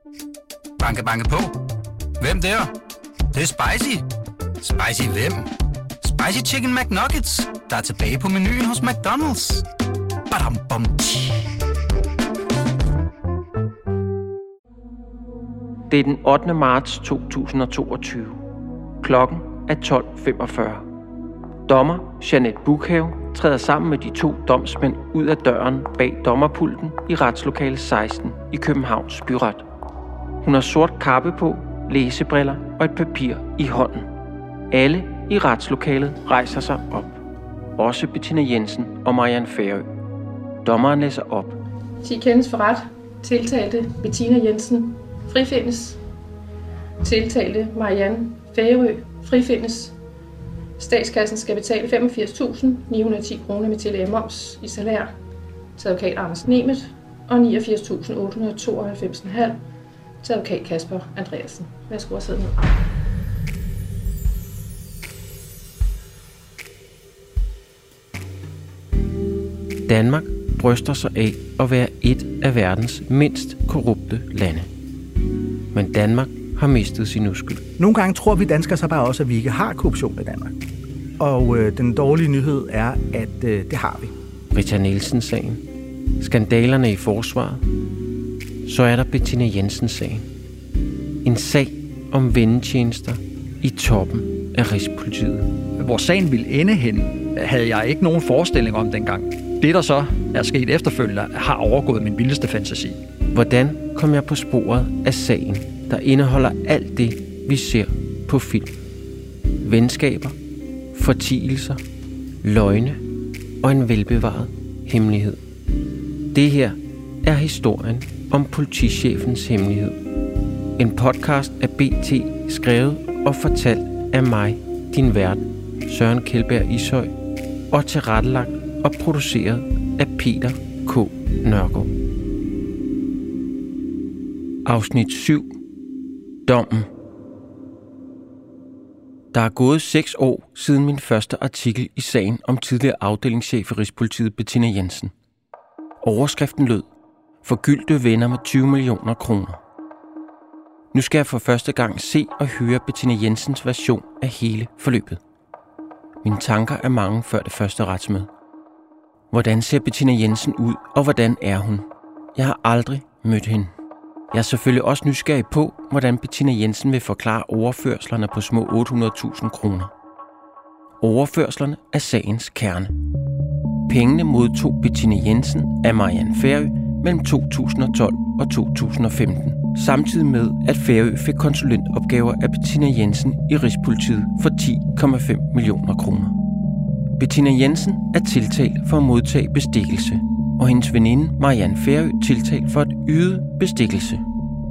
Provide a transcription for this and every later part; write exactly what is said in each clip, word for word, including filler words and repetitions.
Banke, banke på. Hvem der? Det, det er spicy. Spicy hvem? Spicy Chicken McNuggets, der er tilbage på menuen hos McDonald's. Badum, bom, Det er den ottende marts to tusind og toogtyve. Klokken er tolv femogfyrre. Dommer Jeanette Bukhave træder sammen med de to domsmænd ud af døren bag dommerpulten i retslokale seksten i Københavns Byret. Hun har sort kappe på, læsebriller og et papir i hånden. Alle i retslokalet rejser sig op. Også Bettina Jensen og Marianne Færø. Dommeren læser op. ti kendes for ret. Tiltalte Bettina Jensen frifindes. Tiltalte Marianne Færø frifindes. Statskassen skal betale femogfirs tusind ni hundrede og ti kroner med tillæg af moms i salær til advokat Anders Nemeth og niogfirs tusind otte hundrede og tooghalvfems komma fem til advokat Kasper Andreasen. Værsgo at sidde ned. Danmark bryster sig af at være et af verdens mindst korrupte lande. Men Danmark har mistet sin uskyld. Nogle gange tror vi danskere så bare også, at vi ikke har korruption i Danmark. Og øh, den dårlige nyhed er, at øh, det har vi. Rita Nielsen-sagen, skandalerne i forsvaret, så er der Bettina Jensen-sagen. En sag om vennetjenester i toppen af Rigspolitiet. Hvor sagen ville ende hen, havde jeg ikke nogen forestilling om dengang. Det, der så er sket efterfølgende, har overgået min vildeste fantasi. Hvordan kom jeg på sporet af sagen, der indeholder alt det, vi ser på film? Venskaber, fortielser, løgne og en velbevaret hemmelighed. Det her er historien om politichefens hemmelighed. En podcast af B T, skrevet og fortalt af mig, din vært, Søren Kjeldberg Ishøj, og tilrettelagt og produceret af Peter K. Nørgaard. Afsnit syv. Dommen. Der er gået seks år siden min første artikel i sagen om tidligere afdelingschef i Rigspolitiet Bettina Jensen. Overskriften lød: Forgyldte venner med tyve millioner kroner. Nu skal jeg for første gang se og høre Bettina Jensens version af hele forløbet. Mine tanker er mange før det første retsmøde. Hvordan ser Bettina Jensen ud, og hvordan er hun? Jeg har aldrig mødt hende. Jeg er selvfølgelig også nysgerrig på, hvordan Bettina Jensen vil forklare overførslerne på små otte hundrede tusind kroner. Overførslerne er sagens kerne. Pengene modtog Bettina Jensen af Marianne Færø mellem to tusind og tolv og to tusind og femten, samtidig med, at Færø fik konsulentopgaver af Bettina Jensen i Rigspolitiet for ti komma fem millioner kroner. Bettina Jensen er tiltalt for at modtage bestikkelse, og hendes veninde Marianne Færø tiltalt for at yde bestikkelse.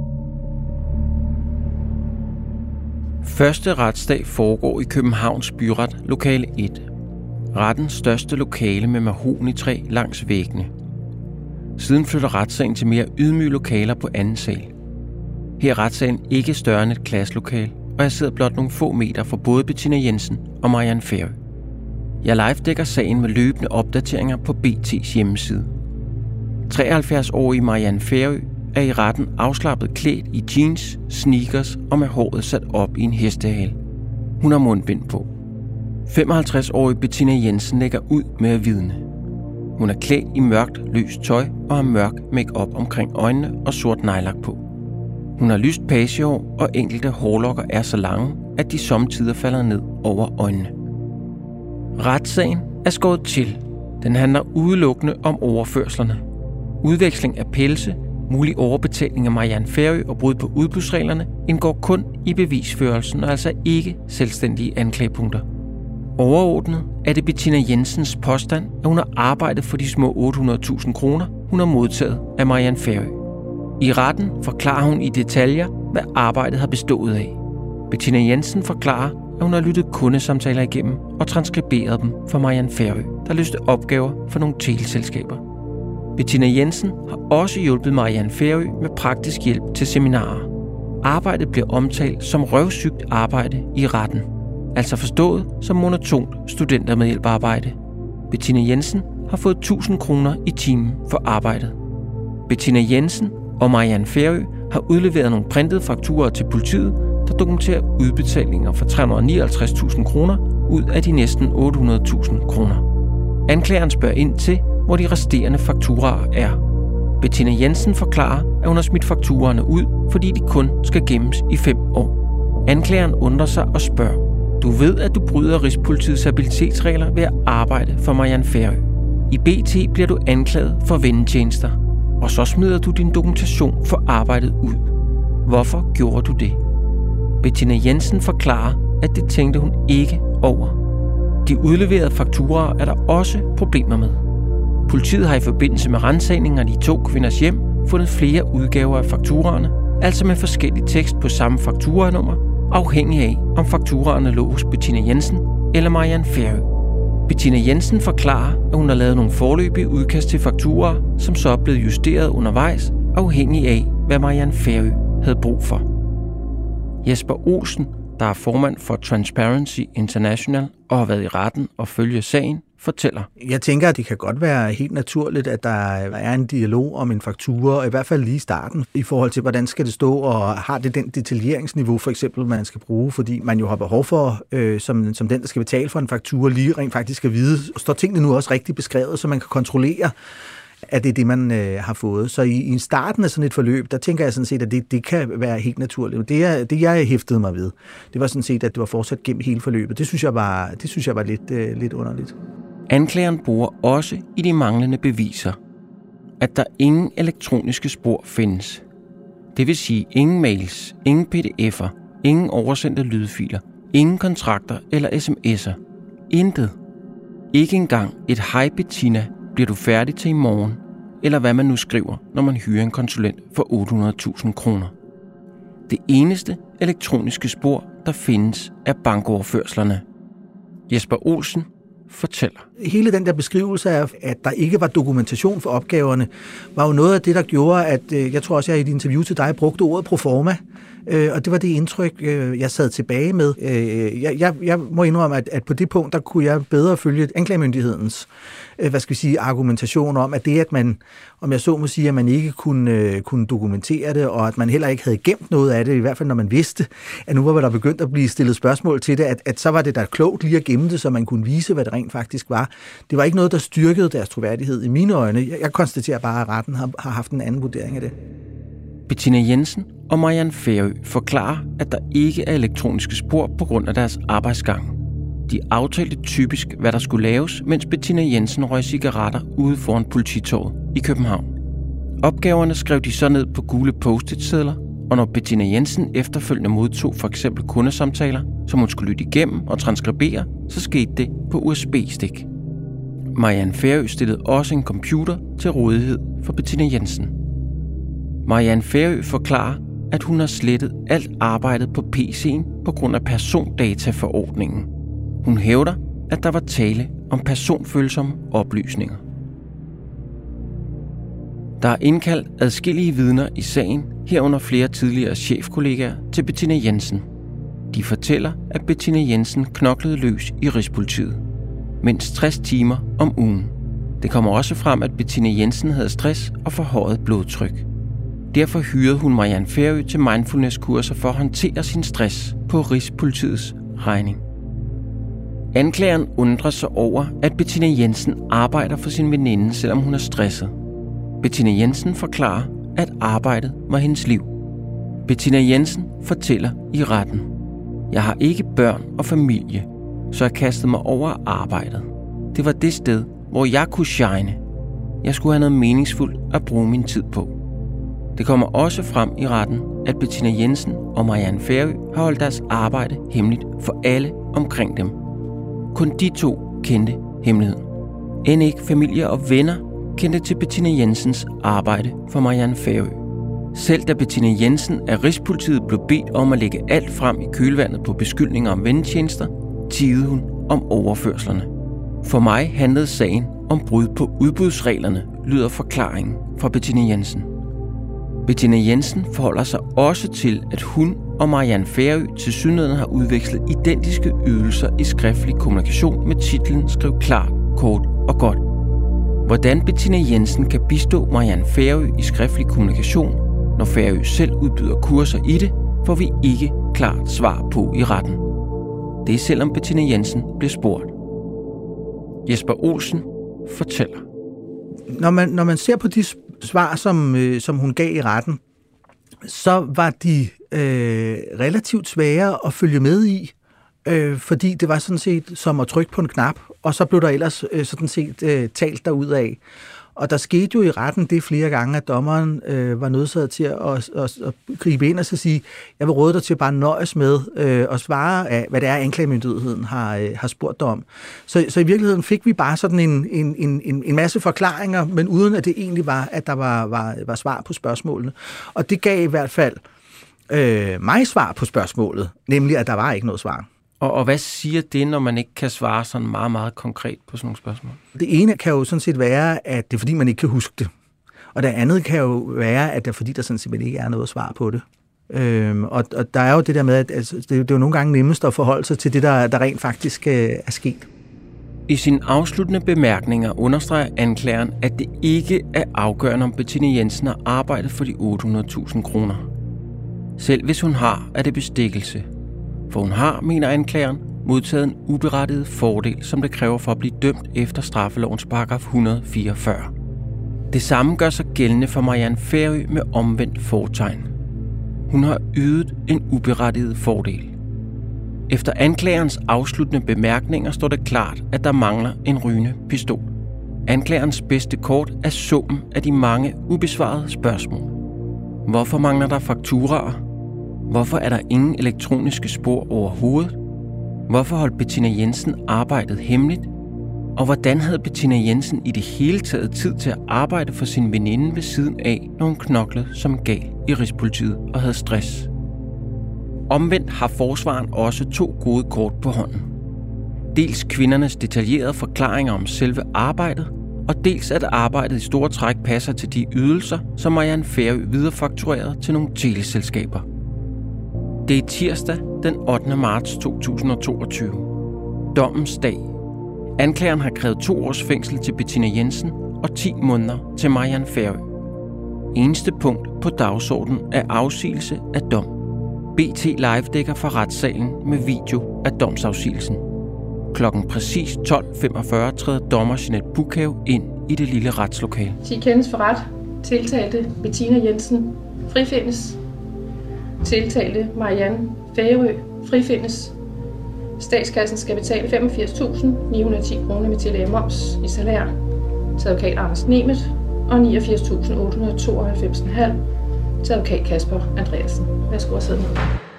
Første retsdag foregår i Københavns Byret, lokale et. Rettens største lokale med mahognitræ langs væggene. Siden flytter retssagen til mere ydmyge lokaler på anden sal. Her er retssagen ikke større end et klasselokale, og jeg sidder blot nogle få meter fra både Bettina Jensen og Marianne Færø. Jeg live-dækker sagen med løbende opdateringer på B T's hjemmeside. treoghalvfjerds-årige Marianne Færø er i retten afslappet klædt i jeans, sneakers og med håret sat op i en hestehale. Hun har mundbind på. femoghalvtreds-årige Bettina Jensen lægger ud med at vidne. Hun er klædt i mørkt, løst tøj og har mørk make-up omkring øjnene og sort nejlak på. Hun har lyst pagehår, og enkelte hårlokker er så lange, at de sommetider falder ned over øjnene. Retssagen er skåret til. Den handler udelukkende om overførslerne. Udveksling af pelse, mulig overbetaling af Marianne Færø og brud på udbudsreglerne indgår kun i bevisførelsen og altså ikke selvstændige anklagepunkter. Overordnet er det Bettina Jensens påstand, at hun har arbejdet for de små otte hundrede tusind kroner, hun har modtaget af Marianne Færø. I retten forklarer hun i detaljer, hvad arbejdet har bestået af. Bettina Jensen forklarer, at hun har lyttet kundesamtaler igennem og transkriberet dem for Marianne Færø, der løste opgaver for nogle teleselskaber. Bettina Jensen har også hjulpet Marianne Færø med praktisk hjælp til seminarer. Arbejdet bliver omtalt som røvsygt arbejde i retten, altså forstået som monotont studentermedhjælparbejde. Bettina Jensen har fået tusind kroner i timen for arbejdet. Bettina Jensen og Marianne Færø har udleveret nogle printede fakturaer til politiet, der dokumenterer udbetalinger for tre hundrede og nioghalvtreds tusind kroner ud af de næsten otte hundrede tusind kroner. Anklageren spørger ind til, hvor de resterende fakturaer er. Bettina Jensen forklarer, at hun har smidt fakturaerne ud, fordi de kun skal gemmes i fem år. Anklageren undrer sig og spørger: du ved, at du bryder Rigspolitiets habilitetsregler ved at arbejde for Marianne Færø. I B T bliver du anklaget for vennetjenester, og så smider du din dokumentation for arbejdet ud. Hvorfor gjorde du det? Bettina Jensen forklarer, at det tænkte hun ikke over. De udleverede fakturaer er der også problemer med. Politiet har i forbindelse med ransagninger af de to kvinders hjem fundet flere udgaver af fakturaerne, altså med forskellig tekst på samme fakturanummer, afhængig af, om fakturaerne lå hos Bettina Jensen eller Marianne Færø. Bettina Jensen forklarer, at hun har lavet nogle foreløbige udkast til fakturaer, som så er blevet justeret undervejs, afhængig af, hvad Marianne Færø havde brug for. Jesper Olsen, der er formand for Transparency International og har været i retten og følger sagen, fortæller. Jeg tænker, at det kan godt være helt naturligt, at der er en dialog om en faktura, i hvert fald lige i starten, i forhold til, hvordan skal det stå, og har det den detaljeringsniveau, for eksempel, man skal bruge, fordi man jo har behov for, øh, som, som den, der skal betale for en faktura, lige rent faktisk skal vide, står tingene nu også rigtigt beskrevet, så man kan kontrollere, at det er det, man øh, har fået. Så i, i starten af sådan et forløb, der tænker jeg sådan set, at det, det kan være helt naturligt. Det, jeg, det, jeg hæftede mig ved, det var sådan set, at det var fortsat gennem hele forløbet. Det synes jeg var, det synes jeg var lidt, øh, lidt underligt. Anklageren bruger også i de manglende beviser, at der ingen elektroniske spor findes. Det vil sige ingen mails, ingen P D F'er, ingen oversendte lydfiler, ingen kontrakter eller S M S'er. Intet. Ikke engang et hej Bettina, bliver du færdig til i morgen, eller hvad man nu skriver, når man hyrer en konsulent for otte hundrede tusind kroner. Det eneste elektroniske spor, der findes, er bankoverførslerne. Jesper Olsen fortæller. Hele den der beskrivelse af, at der ikke var dokumentation for opgaverne, var jo noget af det, der gjorde, at jeg tror også, jeg i et interview til dig brugte ordet proforma, og det var det indtryk, jeg sad tilbage med. Jeg, jeg, jeg må indrømme, at, at på det punkt, der kunne jeg bedre følge anklagemyndighedens, hvad skal vi sige, argumentation om, at det, at man, om jeg så må sige, at man ikke kunne, kunne dokumentere det, og at man heller ikke havde gemt noget af det, i hvert fald når man vidste, at nu var der begyndt at blive stillet spørgsmål til det, at, at så var det da klogt lige at gemme det, så man kunne vise, hvad det rent faktisk var. Det var ikke noget, der styrkede deres troværdighed i mine øjne. Jeg, jeg konstaterer bare, at retten har, har haft en anden vurdering af det. Bettina Jensen og Marianne Færø forklarer, at der ikke er elektroniske spor på grund af deres arbejdsgang. De aftalte typisk, hvad der skulle laves, mens Bettina Jensen røg cigaretter ude foran polititorvet i København. Opgaverne skrev de så ned på gule post-it-sedler, og når Bettina Jensen efterfølgende modtog for eksempel kundesamtaler, som hun skulle lytte igennem og transkribere, så skete det på U S B-stik. Marianne Færø stillede også en computer til rådighed for Bettina Jensen. Marianne Færø forklarer, at hun har slettet alt arbejdet på P C'en på grund af persondataforordningen. Hun hævder, at der var tale om personfølsomme oplysninger. Der er indkaldt adskillige vidner i sagen, herunder flere tidligere chefkollegaer til Bettina Jensen. De fortæller, at Bettina Jensen knoklede løs i Rigspolitiet. Mindst tres timer om ugen. Det kommer også frem, at Bettina Jensen havde stress og forhøjet blodtryk. Derfor hyrede hun Marianne Færø til mindfulness-kurser for at håndtere sin stress på Rigspolitiets regning. Anklageren undrer sig over, at Bettina Jensen arbejder for sin veninde, selvom hun er stresset. Bettina Jensen forklarer, at arbejdet var hendes liv. Bettina Jensen fortæller i retten: Jeg har ikke børn og familie, så jeg kastede mig over arbejdet. Det var det sted, hvor jeg kunne shine. Jeg skulle have noget meningsfuldt at bruge min tid på. Det kommer også frem i retten, at Bettina Jensen og Marianne Færø har holdt deres arbejde hemmeligt for alle omkring dem. Kun de to kendte hemmeligheden. End ikke familie og venner kendte til Bettina Jensens arbejde for Marianne Færø. Selv da Bettina Jensen af Rigspolitiet blev bedt om at lægge alt frem i kølvandet på beskyldninger om vennetjenester, tiede hun om overførslerne. For mig handlede sagen om brud på udbudsreglerne, lyder forklaringen fra Bettina Jensen. Bettina Jensen forholder sig også til, at hun og Marianne Færø tilsyneladende har udvekslet identiske ydelser i skriftlig kommunikation med titlen Skriv klart, kort og godt. Hvordan Bettina Jensen kan bistå Marianne Færø i skriftlig kommunikation, Når Færø selv udbyder kurser i det, får vi ikke klart svar på i retten. Det er selvom Bettina Jensen bliver spurgt. Jesper Olsen fortæller. Når man, når man ser på de svar, som, øh, som hun gav i retten, så var de øh, relativt svære at følge med i, øh, fordi det var sådan set som at trykke på en knap, og så blev der ellers øh, sådan set øh, talt derudad. Og der skete jo i retten det flere gange, at dommeren øh, var nødsaget til at, at, at, at gribe ind og så sige, jeg vil råde dig til at bare nøjes med øh, at svare af, hvad det er, anklagemyndigheden har, øh, har spurgt dig om. Så, så i virkeligheden fik vi bare sådan en, en, en, en masse forklaringer, men uden at det egentlig var, at der var, var, var svar på spørgsmålene. Og det gav i hvert fald øh, mig svar på spørgsmålet, nemlig at der var ikke noget svar. Og, og hvad siger det, når man ikke kan svare sådan meget, meget konkret på sådan nogle spørgsmål? Det ene kan jo sådan set være, at det er fordi, man ikke kan huske det. Og det andet kan jo være, at det er fordi, der sådan set ikke er noget svar på det. Øhm, og, og der er jo det der med, at altså, det, det er jo nogle gange nemmest at forholde sig til det, der, der rent faktisk øh, er sket. I sine afsluttende bemærkninger understreger anklageren, at det ikke er afgørende, om Bettina Jensen har arbejdet for de otte hundrede tusind kroner. Selv hvis hun har, er det bestikkelse. For hun har, mener anklageren, modtaget en uberettiget fordel, som det kræver for at blive dømt efter straffelovens paragraf et hundrede og fireogfyrre. Det samme gør sig gældende for Marianne Færø med omvendt fortegn. Hun har ydet en uberettiget fordel. Efter anklagerens afsluttende bemærkninger står det klart, at der mangler en rygende pistol. Anklagerens bedste kort er summen af de mange ubesvarede spørgsmål. Hvorfor mangler der fakturaer? Hvorfor er der ingen elektroniske spor overhovedet? Hvorfor holdt Bettina Jensen arbejdet hemmeligt? Og hvordan havde Bettina Jensen i det hele taget tid til at arbejde for sin veninde ved siden af, når hun knoklede som gal i Rigspolitiet og havde stress? Omvendt har forsvaren også to gode kort på hånden. Dels kvindernes detaljerede forklaringer om selve arbejdet, og dels at arbejdet i store træk passer til de ydelser, som Marianne Færø viderefakturerede til nogle teleselskaber. Det er tirsdag den ottende marts to tusind og toogtyve. Dommens dag. Anklageren har krævet to års fængsel til Bettina Jensen og ti måneder til Marianne Færø. Eneste punkt på dagsordenen er afsigelse af dom. B T Live dækker fra retssalen med video af domsafsigelsen. Klokken præcis tolv femogfyrre træder dommer Jeanette Bukhave ind i det lille retslokale. ti kendes for ret. Tiltalte Bettina Jensen frifindes. Tiltalte Marianne Færø frifindes. Statskassen skal betale femogfirs tusind ni hundrede og ti kroner med tillæg af moms i salær til advokat Anders Nemeth og niogfirs tusind otte hundrede og tooghalvfems komma fem til advokat Kasper Andreasen. Værsgo at sidde ned.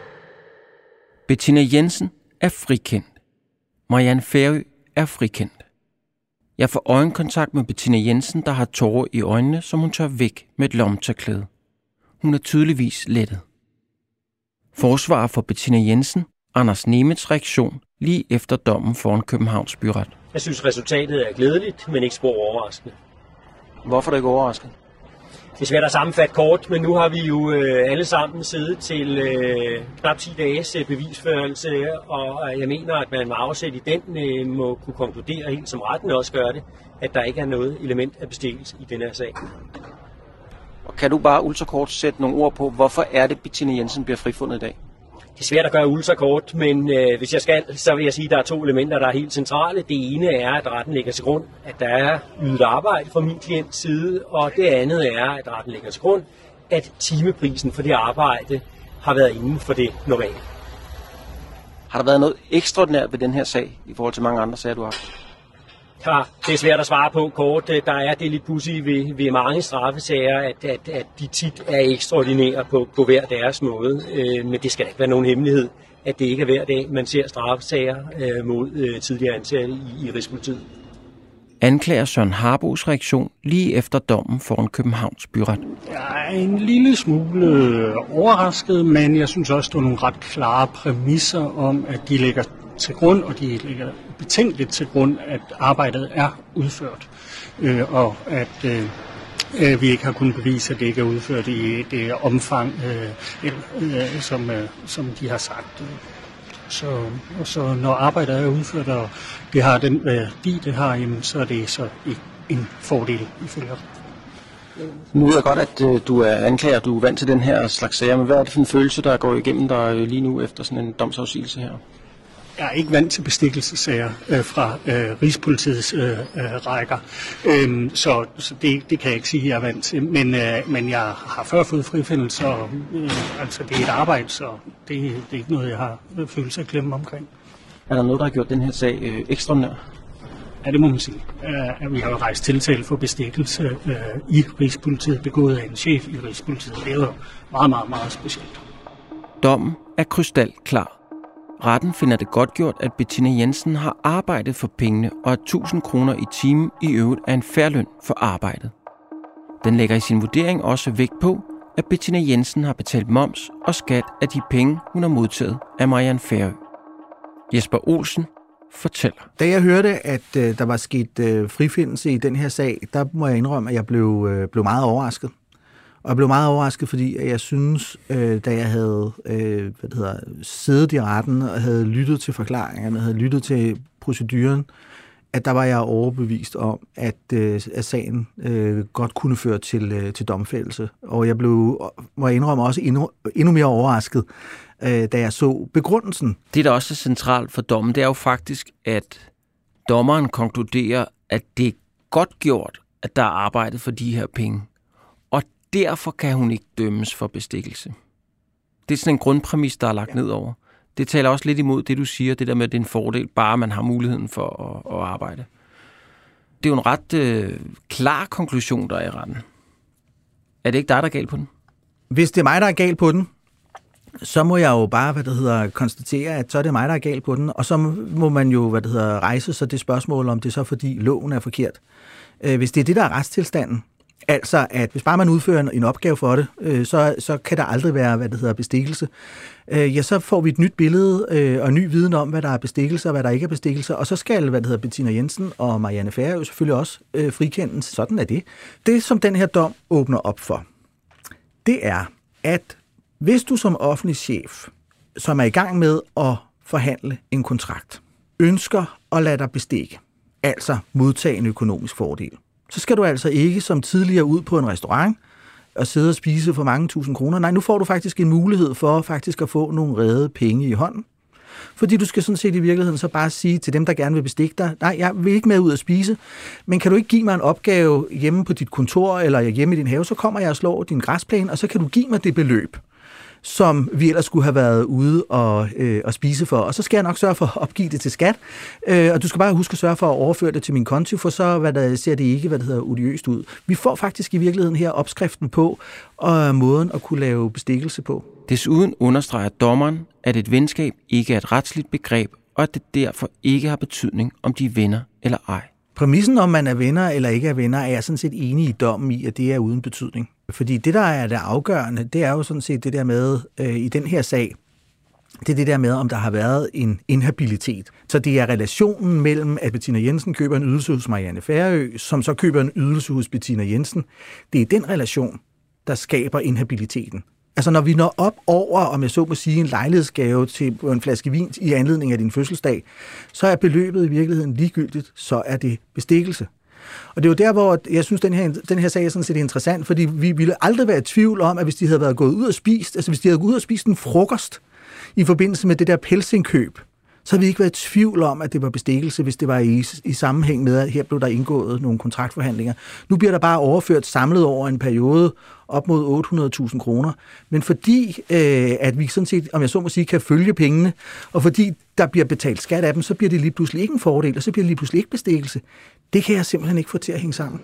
Bettina Jensen er frikendt. Marianne Færø er frikendt. Jeg får øjenkontakt med Bettina Jensen, der har tårer i øjnene, som hun tør væk med et lommetørklæde. Hun er tydeligvis lettet. Forsvarer for Bettina Jensen, Anders Nemeths reaktion lige efter dommen foran Københavns Byret. Jeg synes, resultatet er glædeligt, men ikke spor overraskende. Hvorfor er det ikke overraskende? Det er svært at sammenfatte kort, men nu har vi jo øh, alle sammen siddet til øh, knap ti dages øh, bevisførelse, og jeg mener, at man med afsæt i den øh, må kunne konkludere, helt som retten også gør det, at der ikke er noget element af bestikkelse i den her sag. Og kan du bare ultrakort sætte nogle ord på, hvorfor er det, Bettina Jensen bliver frifundet i dag? Det er svært at gøre ultrakort, men øh, hvis jeg skal, så vil jeg sige, at der er to elementer, der er helt centrale. Det ene er, at retten lægger til grund, at der er ydet arbejde fra min klients side, og det andet er, at retten lægger til grund, at timeprisen for det arbejde har været inden for det normale. Har der været noget ekstraordinært ved den her sag, i forhold til mange andre sager, du har haft? Ja, det er svært at svare på kort. Der er det lidt pudsige ved, ved mange straffesager, at, at, at de tit er ekstraordinære på, på hver deres måde. Øh, men det skal da ikke være nogen hemmelighed, at det ikke er hver dag, man ser straffesager øh, mod øh, tidligere ansatte i, i Rigspolitiet. Anklager Søren Harbos reaktion lige efter dommen foran Københavns Byret. Jeg er en lille smule overrasket, men jeg synes også, der er nogle ret klare præmisser om, at de lægger til grund, og de lægger betænkeligt til grund, at arbejdet er udført, øh, og at øh, vi ikke har kunnet bevise, at det ikke er udført i det omfang, øh, øh, som, øh, som de har sagt. Så, og så når arbejdet er udført, og det har den værdi, det har, jamen, så er det så en fordel ifølge. Nu ved jeg godt, at øh, du er anklager, du er vant til den her slags sager, men hvad er det for en følelse, der går igennem dig lige nu efter sådan en domsafsigelse her? Jeg er ikke vant til bestikkelsesager øh, fra øh, Rigspolitiets øh, øh, rækker, øhm, så, så det, det kan jeg ikke sige, at jeg er vant til. Men, øh, men jeg har før fået frifindelse, og øh, altså, det er et arbejde, så det, det er ikke noget, jeg har følelse af at glemme omkring. Er der noget, der har gjort den her sag øh, ekstraordinær? Ja, det må man sige. Uh, vi har jo rejst tiltale for bestikkelse uh, i Rigspolitiet, begået af en chef i Rigspolitiet. Det er jo meget, meget, meget specielt. Dommen er krystalklar. Retten finder det godtgjort, at Bettina Jensen har arbejdet for pengene, og at tusind kroner i timen i øvrigt er en fair løn for arbejdet. Den lægger i sin vurdering også vægt på, at Bettina Jensen har betalt moms og skat af de penge, hun har modtaget af Marianne Færø. Jesper Olsen fortæller. Da jeg hørte, at øh, der var sket øh, frifindelse i den her sag, der må jeg indrømme, at jeg blev, øh, blev meget overrasket. Og jeg blev meget overrasket, fordi jeg synes, øh, da jeg havde øh, hvad det hedder, siddet i retten og havde lyttet til forklaringerne, havde lyttet til proceduren, at der var jeg overbevist om, at, øh, at sagen øh, godt kunne føre til, øh, til domfældelse. Og jeg blev, må jeg indrømme, også endnu, endnu mere overrasket, øh, da jeg så begrundelsen. Det, der også er centralt for dommen, det er jo faktisk, at dommeren konkluderer, at det er godt gjort, at der er arbejdet for de her penge. Og derfor kan hun ikke dømmes for bestikkelse. Det er sådan en grundpræmis, der er lagt ned over. Det taler også lidt imod det, du siger, det der med, at det er en fordel, bare man har muligheden for at, at arbejde. Det er jo en ret øh, klar konklusion, der er i retten. Er det ikke dig, der er galt på den? Hvis det er mig, der er galt på den, så må jeg jo bare, hvad det hedder, konstatere, at så er det mig, der er galt på den, og så må man jo, hvad det hedder, rejse sig det spørgsmål, om det er så fordi loven er forkert. Hvis det er det, der er retstilstanden, altså at hvis bare man udfører en opgave for det, så, så kan der aldrig være, hvad det hedder, bestikkelse. Ja, så får vi et nyt billede øh, og ny viden om, hvad der er bestikkelse og hvad der ikke er bestikkelse, og så skal, hvad det hedder, Bettina Jensen og Marianne Færø selvfølgelig også øh, frikendes. Sådan er det. Det, som den her dom åbner op for, det er, at hvis du som offentlig chef, som er i gang med at forhandle en kontrakt, ønsker at lade dig bestikke, altså modtage en økonomisk fordel, så skal du altså ikke som tidligere ud på en restaurant og sidde og spise for mange tusind kroner. Nej, nu får du faktisk en mulighed for faktisk at få nogle rede penge i hånden. Fordi du skal sådan set i virkeligheden så bare sige til dem, der gerne vil bestikke dig, nej, jeg vil ikke med ud at spise, men kan du ikke give mig en opgave hjemme på dit kontor eller hjemme i din have, så kommer jeg og slår din græsplæne, og så kan du give mig det beløb, som vi ellers skulle have været ude og, øh, og spise for. Og så skal jeg nok sørge for at opgive det til skat. Øh, og du skal bare huske at sørge for at overføre det til min konto, for så hvad der, ser det ikke, hvad det hedder, odiøst ud. Vi får faktisk i virkeligheden her opskriften på, og måden at kunne lave bestikkelse på. Desuden understreger dommeren, at et venskab ikke er et retsligt begreb, og at det derfor ikke har betydning, om de er venner eller ej. Præmissen om man er venner eller ikke er venner, er jeg sådan set enig i dommen i, at det er uden betydning. Fordi det, der er det afgørende, det er jo sådan set det der med, øh, i den her sag, det er det der med, om der har været en inhabilitet. Så det er relationen mellem, at Bettina Jensen køber en ydelse hos Marianne Færø, som så køber en ydelse hos Bettina Jensen. Det er den relation, der skaber inhabiliteten. Altså når vi når op over, om jeg så må sige, en lejlighedsgave til en flaske vin i anledning af din fødselsdag, så er beløbet i virkeligheden ligegyldigt, så er det bestikkelse. Og det er jo der, hvor jeg synes, den her, den her sag er sådan set interessant, fordi vi ville aldrig være i tvivl om, at hvis de havde været gået ud og spist, altså hvis de havde gået ud og spist en frokost i forbindelse med det der pelsindkøb, så havde vi ikke været i tvivl om, at det var bestikkelse, hvis det var i, i sammenhæng med, at her blev der indgået nogle kontraktforhandlinger. Nu bliver der bare overført samlet over en periode op mod otte hundrede tusind kroner. Men fordi, øh, at vi sådan set, om jeg så må sige, kan følge pengene, og fordi der bliver betalt skat af dem, så bliver det lige pludselig ikke en fordel, og så bliver det lige pludselig ikke bestikkelse. Det kan jeg simpelthen ikke få til at hænge sammen.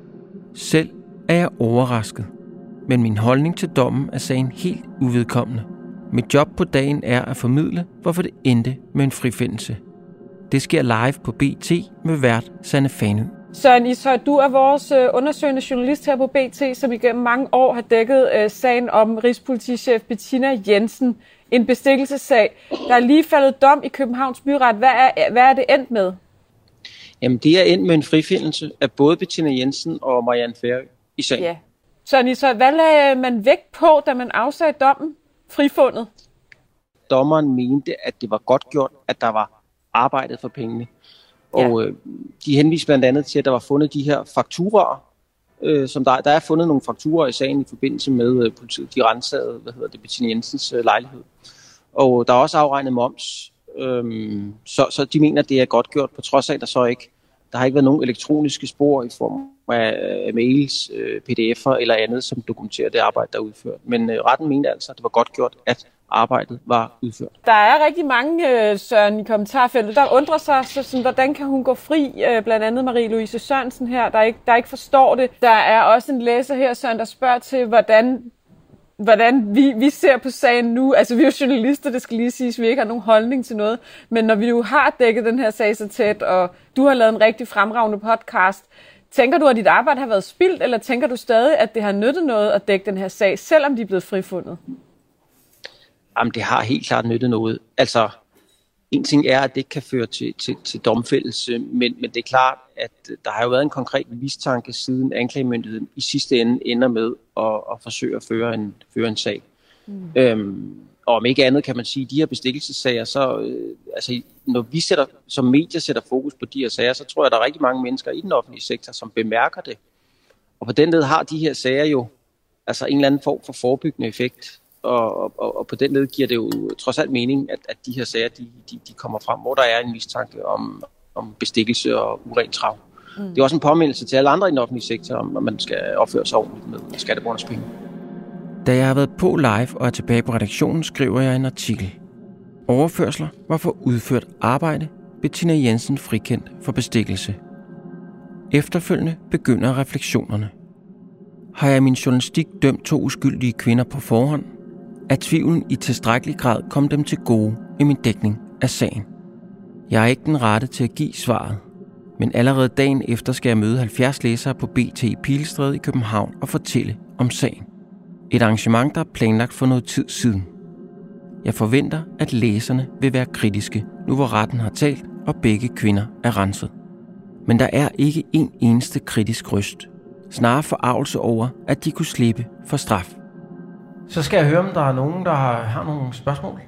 Selv er jeg overrasket, men min holdning til dommen er sagen helt uvedkommende. Mit job på dagen er at formidle, hvorfor det endte med en frifindelse. Det sker live på B T med vært Sanne Fanø. Søren Ishøj, du er vores undersøgende journalist her på B T, som igennem mange år har dækket sagen om rigspolitichef Bettina Jensen. En bestikkelsessag. Der er lige faldet dom i Københavns Byret. Hvad er, hvad er det endt med? Jamen, det er endt med en frifindelse af både Bettina Jensen og Marianne Færø i sagen. Ja. Søren Ishøj, hvad lagde man vægt på, da man afsagde dommen? Frifundet? Dommeren mente, at det var godt gjort, at der var arbejdet for pengene. Og ja. øh, de henviste blandt andet til, at der var fundet de her fakturaer øh, som der, der er fundet nogle frakturer i sagen i forbindelse med øh, politiet. De rensede, hvad hedder det, Bettina Jensens øh, lejlighed. Og der er også afregnet moms, øhm, så, så de mener, at det er godt gjort, på trods af, at der så ikke, der har ikke været nogen elektroniske spor i form af, af mails, øh, P D F'er eller andet, som dokumenterer det arbejde, der er udført. Men øh, retten mente altså, at det var godt gjort, at arbejdet var udført. Der er rigtig mange, øh, Søren, i kommentarfeltet, der undrer sig, så sådan, hvordan kan hun gå fri? Øh, blandt andet Marie-Louise Sørensen her, der ikke, der ikke forstår det. Der er også en læser her, Søren, der spørger til, hvordan, hvordan vi, vi ser på sagen nu. Altså, vi er jo journalister, det skal lige siges, vi ikke har nogen holdning til noget. Men når vi jo har dækket den her sag så tæt, og du har lavet en rigtig fremragende podcast, tænker du, at dit arbejde har været spildt, eller tænker du stadig, at det har nyttet noget at dække den her sag, selvom de er blevet frifundet? Jamen, det har helt klart nyttet noget. Altså, en ting er, at det ikke kan føre til, til, til domfældelse, men, men det er klart, at der har jo været en konkret mistanke, siden anklagemyndigheden i sidste ende ender med at, at forsøge at føre en, føre en sag. Mm. Øhm, og om ikke andet kan man sige, at de her bestikkelsessager, så øh, altså, når vi sætter, som medier sætter fokus på de her sager, så tror jeg, at der er rigtig mange mennesker i den offentlige sektor, som bemærker det. Og på den led har de her sager jo altså en eller anden form for forebyggende effekt. Og, og, og på den led giver det jo trods alt mening, at, at de her sager de, de, de kommer frem, hvor der er en mistanke om, om bestikkelse og urent trav. Mm. Det er også en påmindelse til alle andre i den offentlige sektor, om at man skal opføre sig ordentligt med skatteborgernes penge. Da jeg har været på live og er tilbage på redaktionen, skriver jeg en artikel. Overførsler var for udført arbejde, Bettina Jensen frikendt for bestikkelse. Efterfølgende begynder refleksionerne. Har jeg i min journalistik dømt to uskyldige kvinder på forhånd? Er tvivlen i tilstrækkelig grad kom dem til gode i min dækning af sagen? Jeg er ikke den rette til at give svaret, men allerede dagen efter skal jeg møde halvfjerds læsere på B T i Pilestræde i København og fortælle om sagen. Et arrangement, der er planlagt for noget tid siden. Jeg forventer, at læserne vil være kritiske, nu hvor retten har talt, og begge kvinder er renset. Men der er ikke en eneste kritisk røst. Snarere forargelse over, at de kunne slippe for straf. Så skal jeg høre, om der er nogen, der har, har nogle spørgsmål.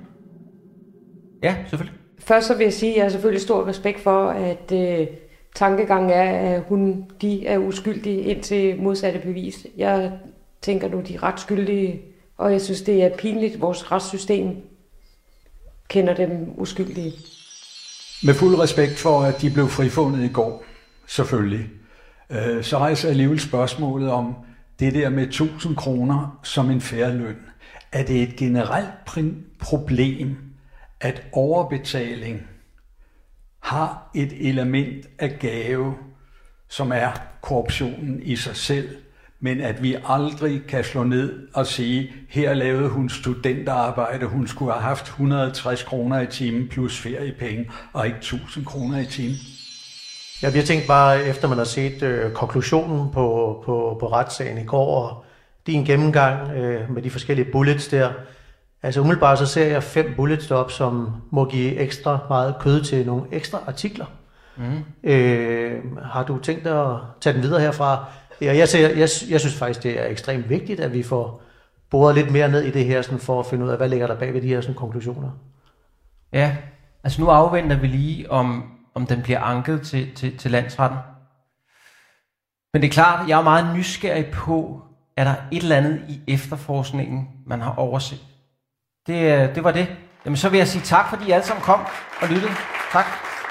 Ja, selvfølgelig. Først så vil jeg sige, at jeg har selvfølgelig stor respekt for, at øh, tankegangen er, at hun, de er uskyldige indtil modsatte bevis. Jeg tænker nu, de er ret skyldige, og jeg synes, det er pinligt, vores retssystem kender dem uskyldige. Med fuld respekt for, at de blev frifundet i går, selvfølgelig. Så rejser jeg alligevel spørgsmålet om det der med tusind kroner som en fair løn. Er det et generelt problem, at overbetaling har et element af gave, som er korruptionen i sig selv, men at vi aldrig kan slå ned og sige, her lavede hun studenterarbejde, hun skulle have haft et hundrede og tres kroner i timen plus feriepenge, og ikke tusind kroner i timen? Ja, jeg tænkte bare, efter man har set øh, konklusionen på, på, på retssagen i går, og din gennemgang øh, med de forskellige bullets der, altså umiddelbart så ser jeg fem bullets op, som må give ekstra meget kød til nogle ekstra artikler. Mm. Øh, har du tænkt dig at tage den videre herfra? Ja, jeg, ser, jeg, jeg synes faktisk, det er ekstremt vigtigt, at vi får boret lidt mere ned i det her, sådan for at finde ud af, hvad ligger der bag ved de her sådan, konklusioner. Ja, altså nu afventer vi lige, om, om den bliver anket til, til, til landsretten. Men det er klart, jeg er meget nysgerrig på, er der et eller andet i efterforskningen, man har overset. Det, det var det. Jamen så vil jeg sige tak, fordi I alle sammen kom og lyttede. Tak.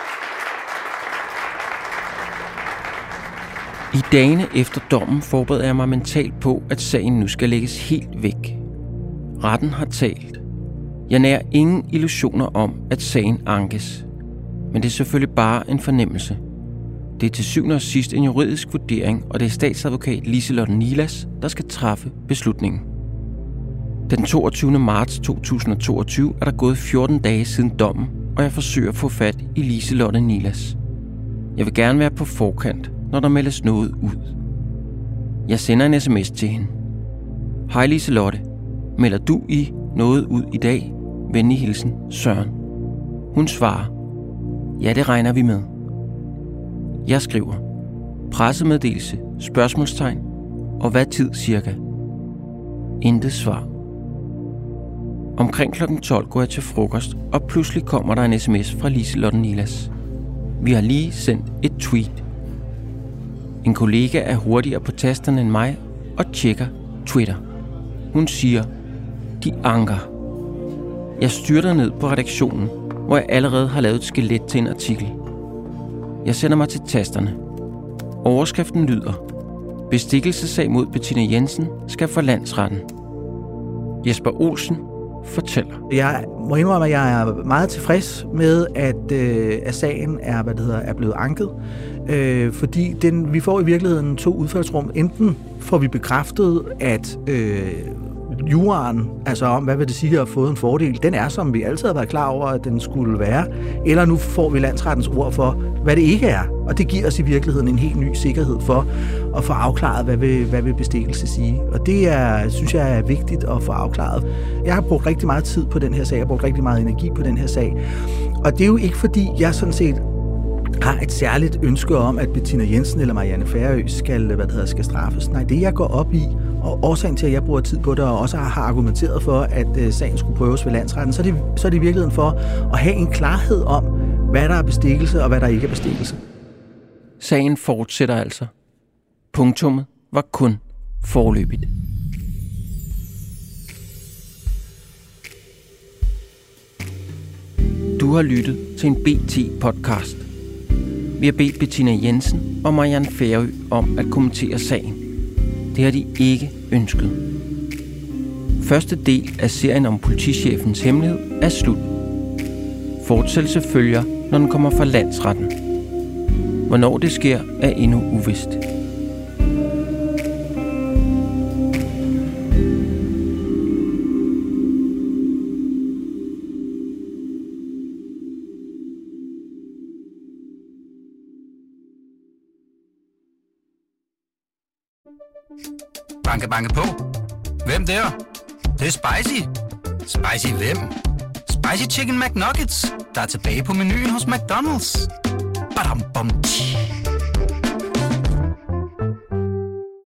I dagene efter dommen forbereder jeg mig mentalt på, at sagen nu skal lægges helt væk. Retten har talt. Jeg nærer ingen illusioner om, at sagen ankes. Men det er selvfølgelig bare en fornemmelse. Det er til syvende og sidst en juridisk vurdering, og det er statsadvokat Liselotte Nilas, der skal træffe beslutningen. Den toogtyvende marts to tusind og toogtyve er der gået fjorten dage siden dommen, og jeg forsøger at få fat i Liselotte Nilas. Jeg vil gerne være på forkant, når der meldes noget ud. Jeg sender en sms til hende. Hej Liselotte, melder du i noget ud i dag? Venlig hilsen, Søren. Hun svarer, ja, det regner vi med. Jeg skriver, pressemeddelelse, spørgsmålstegn, og hvad tid cirka? Intet svar. Omkring klokken tolv går jeg til frokost, og pludselig kommer der en sms fra Liselotte Nilas. Vi har lige sendt et tweet. En kollega er hurtigere på tasterne end mig og tjekker Twitter. Hun siger, de anker. Jeg styrter ned på redaktionen, hvor jeg allerede har lavet et skelet til en artikel. Jeg sender mig til tasterne. Overskriften lyder: Bestikkelsessag mod Bettina Jensen skal for landsretten. Jesper Olsen fortæller. Jeg må indrømme, at jeg er meget tilfreds med, at, øh, at sagen er, hvad det hedder, er blevet anket. Øh, fordi den, vi får i virkeligheden to udfaldsrum. Enten får vi bekræftet, at øh, juraen, altså om, hvad vil det sige at have fået en fordel, den er, som vi altid har været klar over, at den skulle være. Eller nu får vi landsrettens ord for, hvad det ikke er. Og det giver os i virkeligheden en helt ny sikkerhed for at få afklaret, hvad vil, hvad vil bestikkelse sige. Og det er, synes jeg er vigtigt at få afklaret. Jeg har brugt rigtig meget tid på den her sag, jeg har brugt rigtig meget energi på den her sag. Og det er jo ikke fordi, jeg sådan set har et særligt ønske om, at Bettina Jensen eller Marianne Færø skal, hvad det hedder, skal straffes. Nej, det jeg går op i, og årsagen til, at jeg bruger tid på det, og også har argumenteret for, at øh, sagen skulle prøves ved landsretten, så er, det, så er det i virkeligheden for at have en klarhed om, hvad der er bestikkelse, og hvad der ikke er bestikkelse. Sagen fortsætter altså. Punktummet var kun foreløbigt. Du har lyttet til en B T-podcast. Vi har bedt Bettina Jensen og Marianne Færø om at kommentere sagen. Det har de ikke ønsket. Første del af serien om politichefens hemmelighed er slut. Fortsættelse følger, når den kommer fra landsretten. Hvornår det sker, er endnu uvist. Banke, banke på. Hvem der? Det, det er spicy. Spicy hvem? Spicy Chicken McNuggets, der er tilbage på menuen hos McDonald's. Badum, bom, tji.